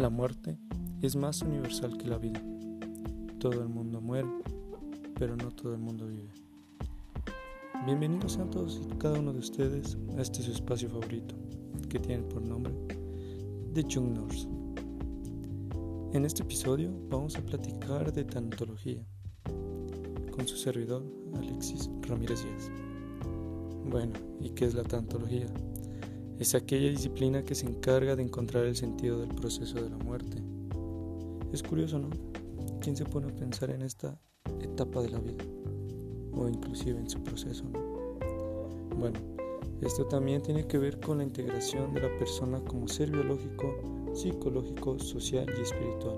La muerte es más universal que la vida. Todo el mundo muere, pero no todo el mundo vive. Bienvenidos a todos y cada uno de ustedes a este su espacio favorito, que tiene por nombre The Young Nurse. En este episodio vamos a platicar de tanatología con su servidor Alexis Ramírez Díaz. Bueno, ¿y qué es la tanatología? Es aquella disciplina que se encarga de encontrar el sentido del proceso de la muerte. Es curioso, ¿no? ¿Quién se pone a pensar en esta etapa de la vida? O inclusive en su proceso, ¿no? Bueno, esto también tiene que ver con la integración de la persona como ser biológico, psicológico, social y espiritual,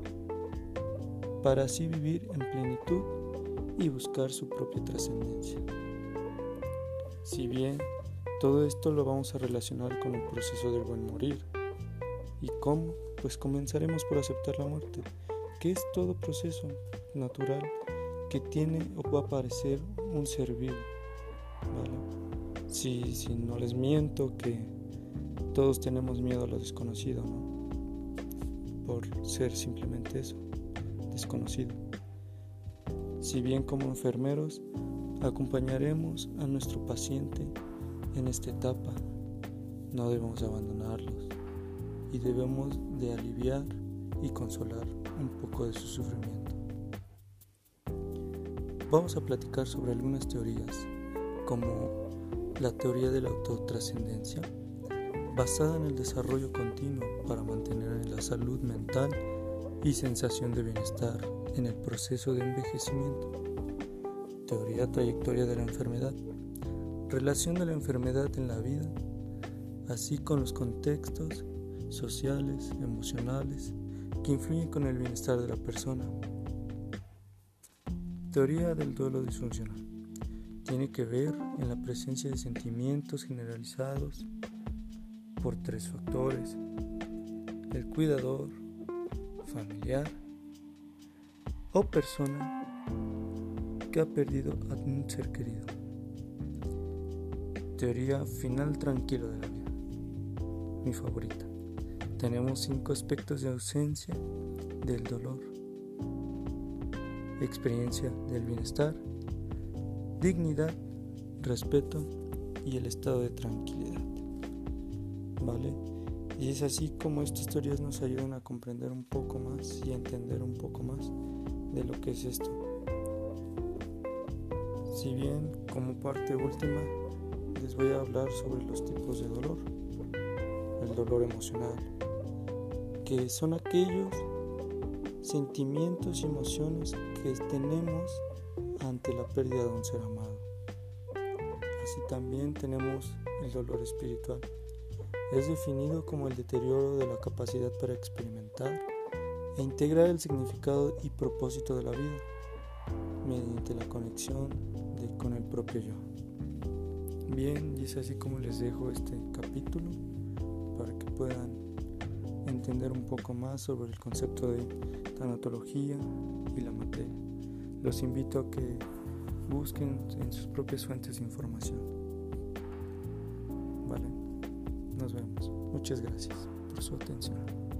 para así vivir en plenitud y buscar su propia trascendencia. Si bien todo esto lo vamos a relacionar con el proceso del buen morir. ¿Y cómo? Pues comenzaremos por aceptar la muerte, que es todo proceso natural que tiene o va a aparecer un ser vivo, ¿vale? Si no les miento que todos tenemos miedo a lo desconocido, ¿no? Por ser simplemente eso, desconocido. Si bien como enfermeros acompañaremos a nuestro paciente en esta etapa, no debemos abandonarlos y debemos de aliviar y consolar un poco de su sufrimiento. Vamos a platicar sobre algunas teorías, como la teoría de la autotrascendencia, basada en el desarrollo continuo para mantener la salud mental y sensación de bienestar en el proceso de envejecimiento. Teoría trayectoria de la enfermedad, relación de la enfermedad en la vida, así con los contextos sociales, emocionales, que influyen con el bienestar de la persona. Teoría del duelo disfuncional. Tiene que ver en la presencia de sentimientos generalizados por tres factores: el cuidador, familiar o persona que ha perdido a un ser querido. Teoría final tranquilo de la vida, mi favorita. Tenemos 5 aspectos de ausencia del dolor: experiencia del bienestar, dignidad, respeto y el estado de tranquilidad, ¿vale? Y es así como estas teorías nos ayudan a comprender un poco más y a entender un poco más de lo que es esto. Si bien como parte última les voy a hablar sobre los tipos de dolor. El dolor emocional, que son aquellos sentimientos y emociones que tenemos ante la pérdida de un ser amado. Así también tenemos el dolor espiritual. Es definido como el deterioro de la capacidad para experimentar e integrar el significado y propósito de la vida mediante la conexión con el propio yo. Bien, y es así como les dejo este capítulo para que puedan entender un poco más sobre el concepto de tanatología y la materia. Los invito a que busquen en sus propias fuentes de información. Vale, nos vemos. Muchas gracias por su atención.